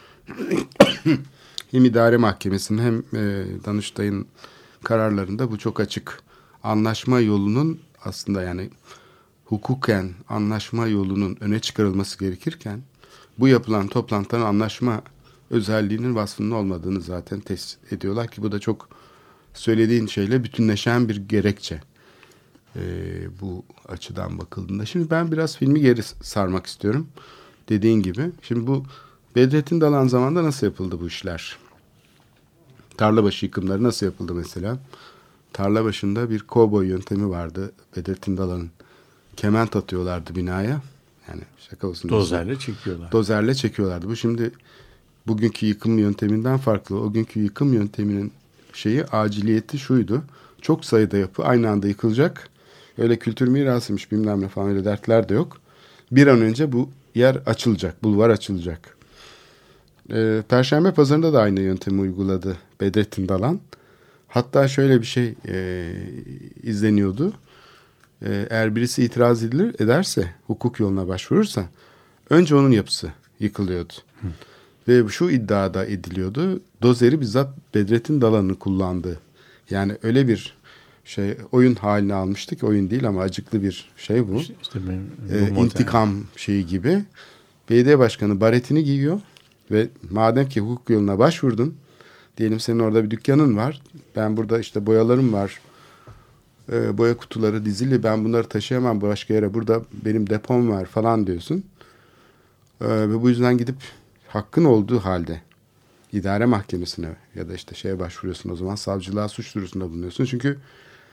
Hem idare mahkemesinin hem Danıştay'ın kararlarında bu çok açık. Anlaşma yolunun aslında, yani hukuken anlaşma yolunun öne çıkarılması gerekirken bu yapılan toplantıların anlaşma özelliğinin vasfının olmadığını zaten tespit ediyorlar ki bu da çok söylediğin şeyle bütünleşen bir gerekçe. Bu açıdan bakıldığında. Şimdi ben biraz filmi geri sarmak istiyorum. Dediğin gibi. Şimdi bu Bedrettin Dalan zamanında nasıl yapıldı bu işler? Tarlabaşı yıkımları nasıl yapıldı mesela? Tarlabaşı'nda bir kovboy yöntemi vardı. Bedrettin Dalan'ın. Kement atıyorlardı binaya. Yani şaka olsun. Dozerle çekiyorlar. Dozerle çekiyorlardı. Bu şimdi bugünkü yıkım yönteminden farklı. O günkü yıkım yönteminin aciliyeti şuydu. Çok sayıda yapı aynı anda yıkılacak. Öyle kültür mirasıymış bilmem ne falan, öyle dertler de yok. Bir an önce bu yer açılacak. Bulvar açılacak. Perşembe Pazarı'nda da aynı yöntemi uyguladı Bedrettin Dalan. Hatta şöyle bir şey izleniyordu. Eğer birisi itiraz ederse, hukuk yoluna başvurursa önce onun yapısı yıkılıyordu. Ve şu iddiada ediliyordu. Dozeri bizzat Bedrettin Dalan'ın kullandığı. Yani öyle bir oyun haline almıştı ki, oyun değil ama acıklı bir şey bu. İşte bu intikam şeyi gibi. Belediye başkanı baretini giyiyor ve madem ki hukuk yoluna başvurdun, diyelim senin orada bir dükkanın var. Ben burada işte boyalarım var. Boya kutuları dizili. Ben bunları taşıyamam başka yere. Burada benim depom var falan diyorsun. Ve bu yüzden gidip hakkın olduğu halde idare mahkemesine ya da işte başvuruyorsun, o zaman savcılığa suç duyurusunda bulunuyorsun. Çünkü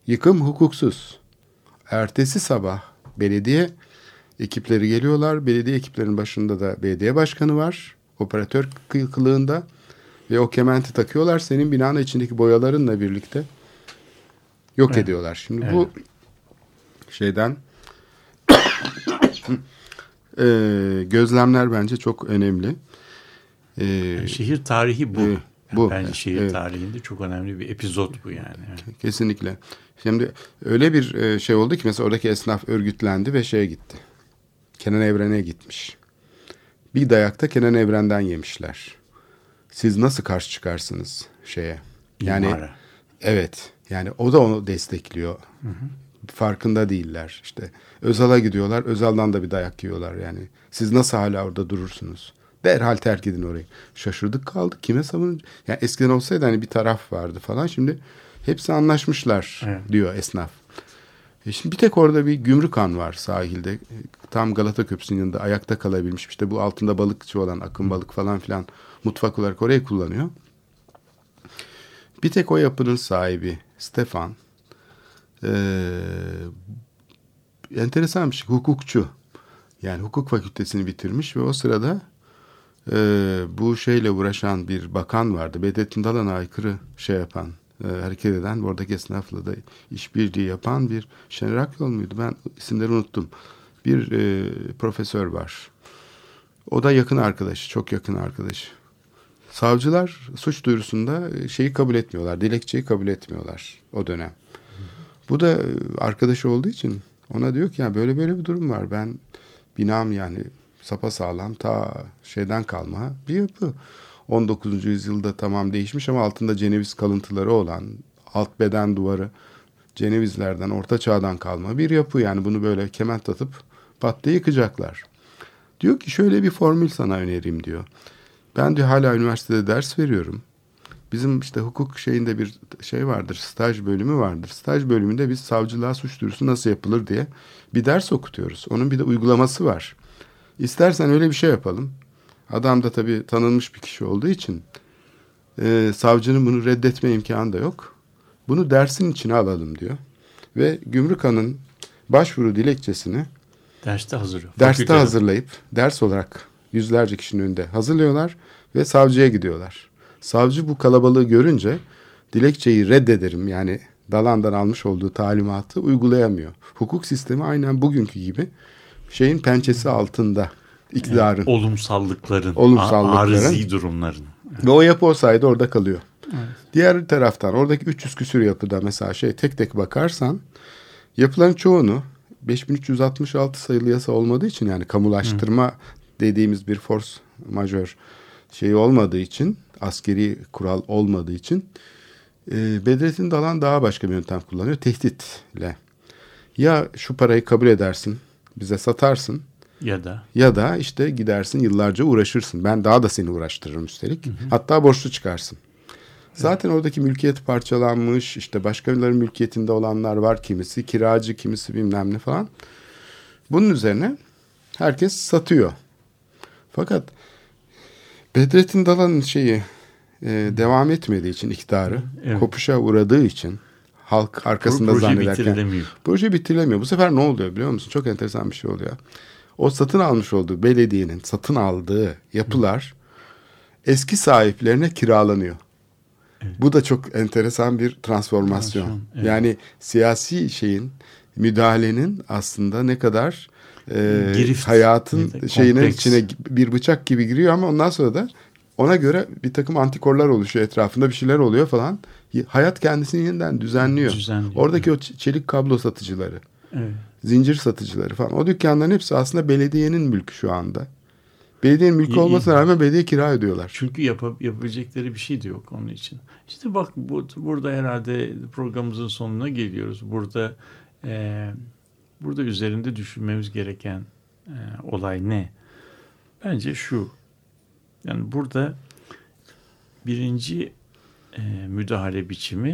Yıkım hukuksuz. Ertesi sabah belediye ekipleri geliyorlar. Belediye ekiplerinin başında da belediye başkanı var. Operatör kılığında. Ve o kementi takıyorlar. Senin binanın içindeki boyalarınla birlikte yok ediyorlar. Şimdi bu şeyden gözlemler bence çok önemli. Şehir tarihi bu. Bu. Bence şehir tarihinde çok önemli bir epizod bu yani. Kesinlikle. Şimdi öyle bir şey oldu ki mesela oradaki esnaf örgütlendi ve şeye gitti. Kenan Evren'e gitmiş. Bir dayakta Kenan Evren'den yemişler. Siz nasıl karşı çıkarsınız şeye? Yani İmara. evet. Yani o da onu destekliyor. Hı hı. Farkında değiller. İşte Özal'a gidiyorlar. Özal'dan da bir dayak yiyorlar yani. Siz nasıl hala orada durursunuz? Derhal terk edin orayı. Şaşırdık kaldık. Kime savunun? Yani eskiden olsaydı hani bir taraf vardı falan. Şimdi hepsi anlaşmışlar diyor esnaf. Şimdi bir tek orada bir Gümrükhan var sahilde. Tam Galata Köprüsü'nün yanında ayakta kalabilmiş. İşte bu altında balıkçı olan Akın Balık falan filan mutfak olarak orayı kullanıyor. Bir tek o yapının sahibi Stefan enteresan bir şey. Hukukçu. Yani hukuk fakültesini bitirmiş ve o sırada bu şeyle uğraşan bir bakan vardı. Bedrettin Dalan'a aykırı şey yapan, hareket eden, oradaki esnafla da işbirliği yapan bir Şener Akyol muydu? Ben isimleri unuttum. Bir profesör var. O da yakın arkadaşı, çok yakın arkadaşı. Savcılar suç duyurusunda şeyi kabul etmiyorlar, dilekçeyi kabul etmiyorlar o dönem. Bu da arkadaşı olduğu için ona diyor ki ya böyle bir durum var. Ben binam yani sapasağlam ta şeyden kalma bir yapı. 19. yüzyılda tamam değişmiş ama altında Ceneviz kalıntıları olan alt beden duvarı Cenevizlerden Orta Çağ'dan kalma bir yapı. Yani bunu böyle kement atıp pat diye yıkacaklar. Diyor ki şöyle bir formül sana önereyim diyor. Ben diyor hala üniversitede ders veriyorum. Bizim işte hukuk şeyinde bir şey vardır, staj bölümü vardır. Staj bölümünde biz savcılığa suç duyurusu nasıl yapılır diye bir ders okutuyoruz. Onun bir de uygulaması var. İstersen öyle bir şey yapalım. Adam da tabii tanınmış bir kişi olduğu için savcının bunu reddetme imkanı da yok. Bunu dersin içine alalım diyor. Ve Gümrükhan'ın başvuru dilekçesini derste hazırlayıp ders olarak yüzlerce kişinin önünde hazırlıyorlar ve savcıya gidiyorlar. Savcı bu kalabalığı görünce dilekçeyi reddederim yani Dalan'dan almış olduğu talimatı uygulayamıyor. Hukuk sistemi aynen bugünkü gibi şeyin pençesi altında iktidarın. Yani olumsallıkların, arızi durumların. Ve o yapı o sayede orada kalıyor. Evet. Diğer taraftan oradaki 300 küsur yapıda mesela tek tek bakarsan yapıların çoğunu 5366 sayılı yasa olmadığı için yani kamulaştırma dediğimiz bir force majör şeyi olmadığı için askeri kural olmadığı için Bedrettin Dalan daha başka bir yöntem kullanıyor. Tehditle. Ya şu parayı kabul edersin bize satarsın ya da işte gidersin yıllarca uğraşırsın. Ben daha da seni uğraştırırım üstelik. Hı hı. Hatta borçlu çıkarsın. Zaten oradaki mülkiyet parçalanmış. İşte başkalarının mülkiyetinde olanlar var. Kimisi kiracı, kimisi bilmem ne falan. Bunun üzerine herkes satıyor. Fakat Bedrettin Dalan'ın devam etmediği için iktidarı, kopuşa uğradığı için halk arkasında zannederken proje bitirilemiyor. Bu sefer ne oluyor biliyor musun? Çok enteresan bir şey oluyor. O satın almış olduğu belediyenin satın aldığı yapılar eski sahiplerine kiralanıyor. Evet. Bu da çok enteresan bir transformasyon. Evet. Yani siyasi müdahalenin aslında ne kadar hayatın içine bir bıçak gibi giriyor ama ondan sonra da ona göre bir takım antikorlar oluşuyor etrafında bir şeyler oluyor falan. Hayat kendisini yeniden düzenliyor. Oradaki o çelik kablo satıcıları, zincir satıcıları falan. O dükkanların hepsi aslında belediyenin mülkü şu anda. Belediyenin mülkü olmasına rağmen belediye kira ödüyorlar. Çünkü yapabilecekleri bir şey de yok onun için. İşte bak burada herhalde programımızın sonuna geliyoruz. Burada üzerinde düşünmemiz gereken olay ne? Bence şu. Yani burada birinci müdahale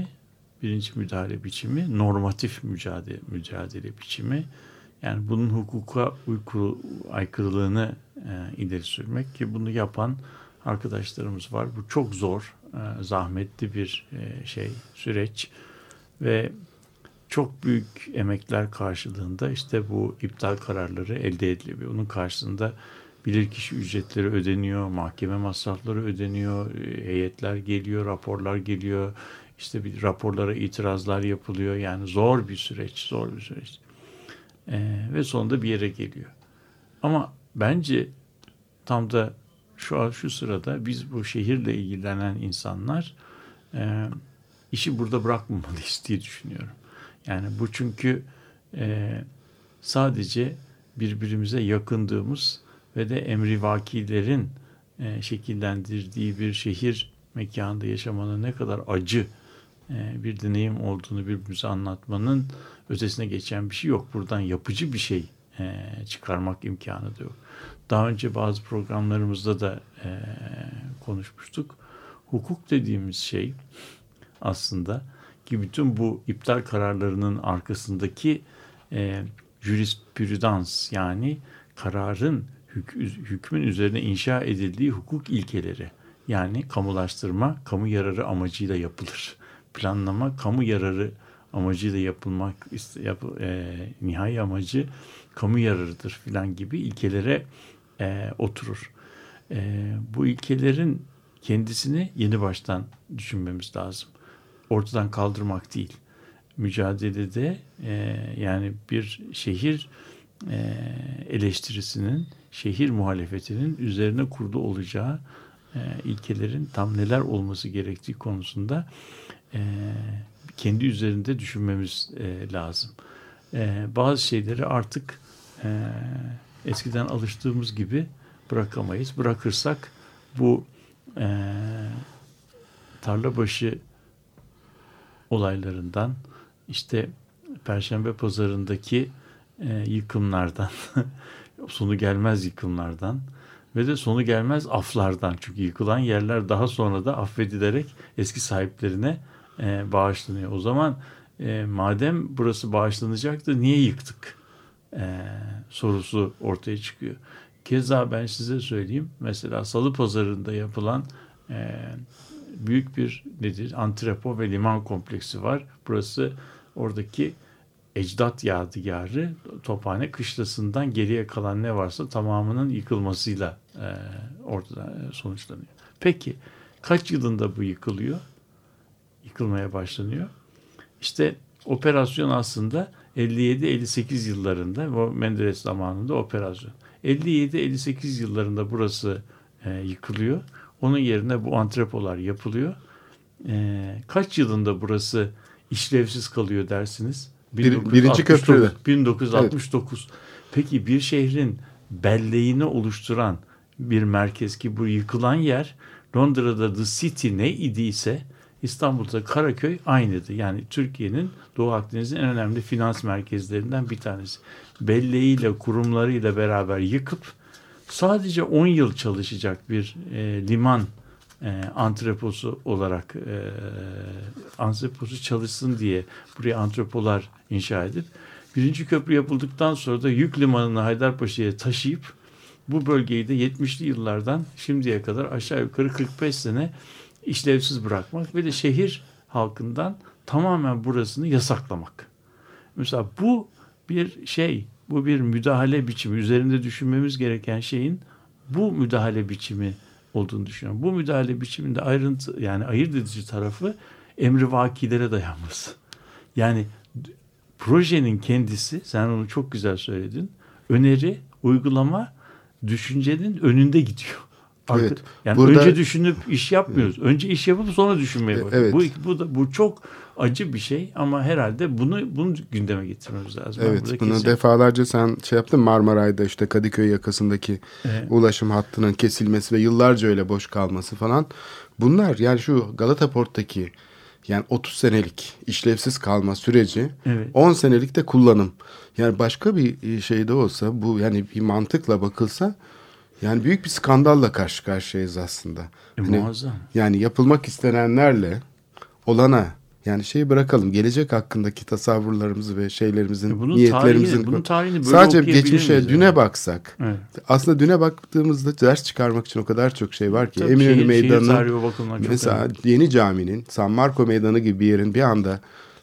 biçimi normatif mücadele biçimi. Yani bunun hukuka aykırılığını ileri sürmek ki bunu yapan arkadaşlarımız var. Bu çok zor, zahmetli bir süreç ve çok büyük emekler karşılığında işte bu iptal kararları elde ediliyor. Onun karşısında bilirkişi ücretleri ödeniyor, mahkeme masrafları ödeniyor, heyetler geliyor, raporlar geliyor, işte bir raporlara itirazlar yapılıyor. Yani zor bir süreç. Ve sonunda bir yere geliyor. Ama bence tam da şu sırada biz bu şehirle ilgilenen insanlar işi burada bırakmamalıyız diye düşünüyorum. Yani bu çünkü sadece birbirimize yakındığımız ve de emrivakilerin şekillendirdiği bir şehir mekanında yaşamanın ne kadar acı bir deneyim olduğunu birbirimize anlatmanın ötesine geçen bir şey yok. Buradan yapıcı bir şey çıkarmak imkanı da yok. Daha önce bazı programlarımızda da konuşmuştuk. Hukuk dediğimiz şey aslında ki bütün bu iptal kararlarının arkasındaki jurispürüdans, yani kararın hükmün üzerine inşa edildiği hukuk ilkeleri, yani kamulaştırma kamu yararı amacıyla yapılır. Planlama kamu yararı amacıyla yapılmak, nihai amacı kamu yararıdır filan gibi ilkelere oturur. Bu ilkelerin kendisini yeni baştan düşünmemiz lazım. Ortadan kaldırmak değil. Mücadelede yani bir şehir eleştirisinin, şehir muhalefetinin üzerine kurulu olacağı ilkelerin tam neler olması gerektiği konusunda kendi üzerinde düşünmemiz lazım. Bazı şeyleri artık eskiden alıştığımız gibi bırakamayız. Bırakırsak bu Tarlabaşı olaylarından, işte Perşembe Pazarı'ndaki yıkımlardan, sonu gelmez yıkımlardan ve de sonu gelmez aflardan. Çünkü yıkılan yerler daha sonra da affedilerek eski sahiplerine bağışlanıyor. O zaman madem burası bağışlanacaktı, niye yıktık sorusu ortaya çıkıyor. Keza ben size söyleyeyim, mesela Salı Pazarı'nda yapılan büyük bir antrepo ve liman kompleksi var. Burası oradaki ecdat yadigarı, Tophane Kışlası'ndan geriye kalan ne varsa tamamının yıkılmasıyla ortada sonuçlanıyor. Peki kaç yılında bu yıkılıyor? Yıkılmaya başlanıyor. İşte operasyon aslında 57-58 yıllarında, o Menderes zamanında operasyon. 57-58 yıllarında burası yıkılıyor. Onun yerine bu antrepolar yapılıyor. Kaç yılında burası işlevsiz kalıyor dersiniz? Birinci köprüde. 1969. Evet. Peki bir şehrin belleğini oluşturan bir merkez, ki bu yıkılan yer Londra'da The City ne idiyse İstanbul'da Karaköy aynıydı. Yani Türkiye'nin, Doğu Akdeniz'in en önemli finans merkezlerinden bir tanesi. Belleğiyle, kurumlarıyla beraber yıkıp sadece 10 yıl çalışacak bir liman antreposu olarak antreposu çalışsın diye buraya antrepolar inşa edip birinci köprü yapıldıktan sonra da yük limanını Haydarpaşa'ya taşıyıp bu bölgeyi de 70'li yıllardan şimdiye kadar aşağı yukarı 45 sene işlevsiz bırakmak ve de şehir halkından tamamen burasını yasaklamak. Mesela bu bir şey, bu bir müdahale biçimi. Üzerinde düşünmemiz gereken şeyin bu müdahale biçimi olduğunu düşünüyorum. Bu müdahale biçiminde ayırt edici tarafı emrivakilere dayanması. Yani projenin kendisi, sen onu çok güzel söyledin, öneri, uygulama, düşüncenin önünde gidiyor. Evet. Yani burada, önce düşünüp iş yapmıyoruz. Evet. Önce iş yapıp sonra düşünmeye başlıyoruz. Evet. Bu çok acı bir şey ama herhalde bunu gündeme getirmemiz lazım. Evet. Bunu defalarca sen yaptın, Marmaray'da işte Kadıköy yakasındaki ulaşım hattının kesilmesi ve yıllarca öyle boş kalması falan. Bunlar yani şu Galata Port'taki yani 30 senelik işlevsiz kalma süreci, 10 senelik de kullanım. Yani başka bir şey de olsa, bu yani bir mantıkla bakılsa, yani büyük bir skandalla karşı karşıyayız aslında. Muazzam. Yani yapılmak istenenlerle olana, yani şeyi bırakalım, gelecek hakkındaki tasavvurlarımızı ve şeylerimizin, niyetlerimizin. Bunun tarihini böyle sadece geçmişe, düne baksak. Evet. Aslında düne baktığımızda ders çıkarmak için o kadar çok şey var ki. Eminönü Meydanı'nın mesela Yeni Cami'nin, San Marco Meydanı gibi bir yerin bir anda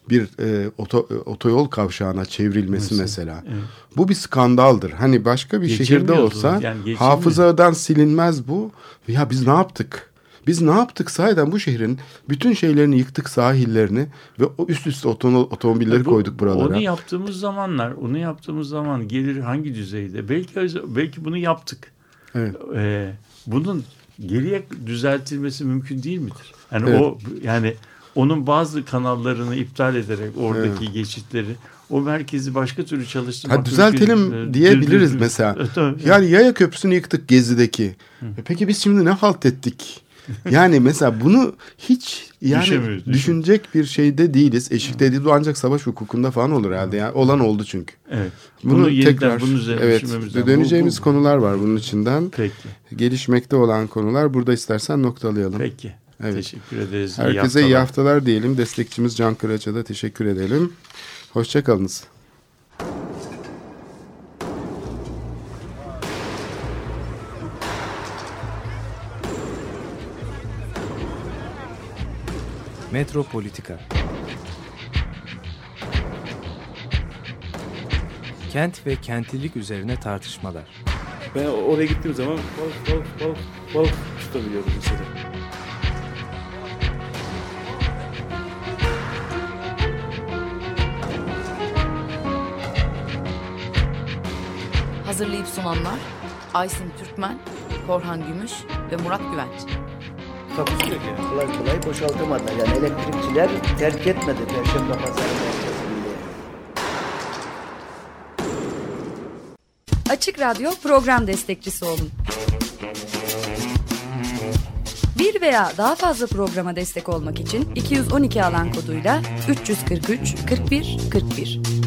bir otoyol kavşağına çevrilmesi mesela. Evet. Bu bir skandaldır. Hani başka bir şehirde olsa hafızadan silinmez bu. Ya biz ne yaptık? Biz ne yaptık sahiden bu şehrin bütün şeylerini yıktık, sahillerini ve üst üste otomobilleri koyduk buralara. Onu yaptığımız zaman gelir hangi düzeyde? Belki bunu yaptık. Evet. Bunun geriye düzeltilmesi mümkün değil midir? Yani Evet. Onun bazı kanallarını iptal ederek oradaki geçitleri, o merkezi başka türlü çalıştırmak düzeltelim mümkün diyebiliriz mesela. Yani Yaya Köprüsü'nü yıktık Gezi'deki. Peki biz şimdi ne halt ettik? Yani mesela bunu hiç düşünecek bir şeyde değiliz. Eşikte değiliz. Bu ancak savaş hukukunda falan olur herhalde. Yani olan oldu çünkü. Evet. Bunu tekrar bunun üzerine düşünmemiz lazım. Döneceğimiz konular var bunun içinden. Peki. Gelişmekte olan konular. Burada istersen noktalayalım. Peki. Evet. Teşekkür ederiz. Herkese iyi haftalar diyelim. Destekçimiz Can Kıraç'a da teşekkür edelim. Hoşçakalınız. Metropolitika. Kent ve kentlilik üzerine tartışmalar. Ben oraya gittiğim zaman balık tutabiliyorum mesela. Hazırlayıp sunanlar Aysin Türkmen, Korhan Gümüş ve Murat Güvenç. Takusu yok yani. Kolay kolay boşaltamadılar. Yani elektrikçiler terk etmedi Perşembe Pazarı merkezinde. Açık Radyo program destekçisi olun. Bir veya daha fazla programa destek olmak için 212 alan koduyla 343 41 41.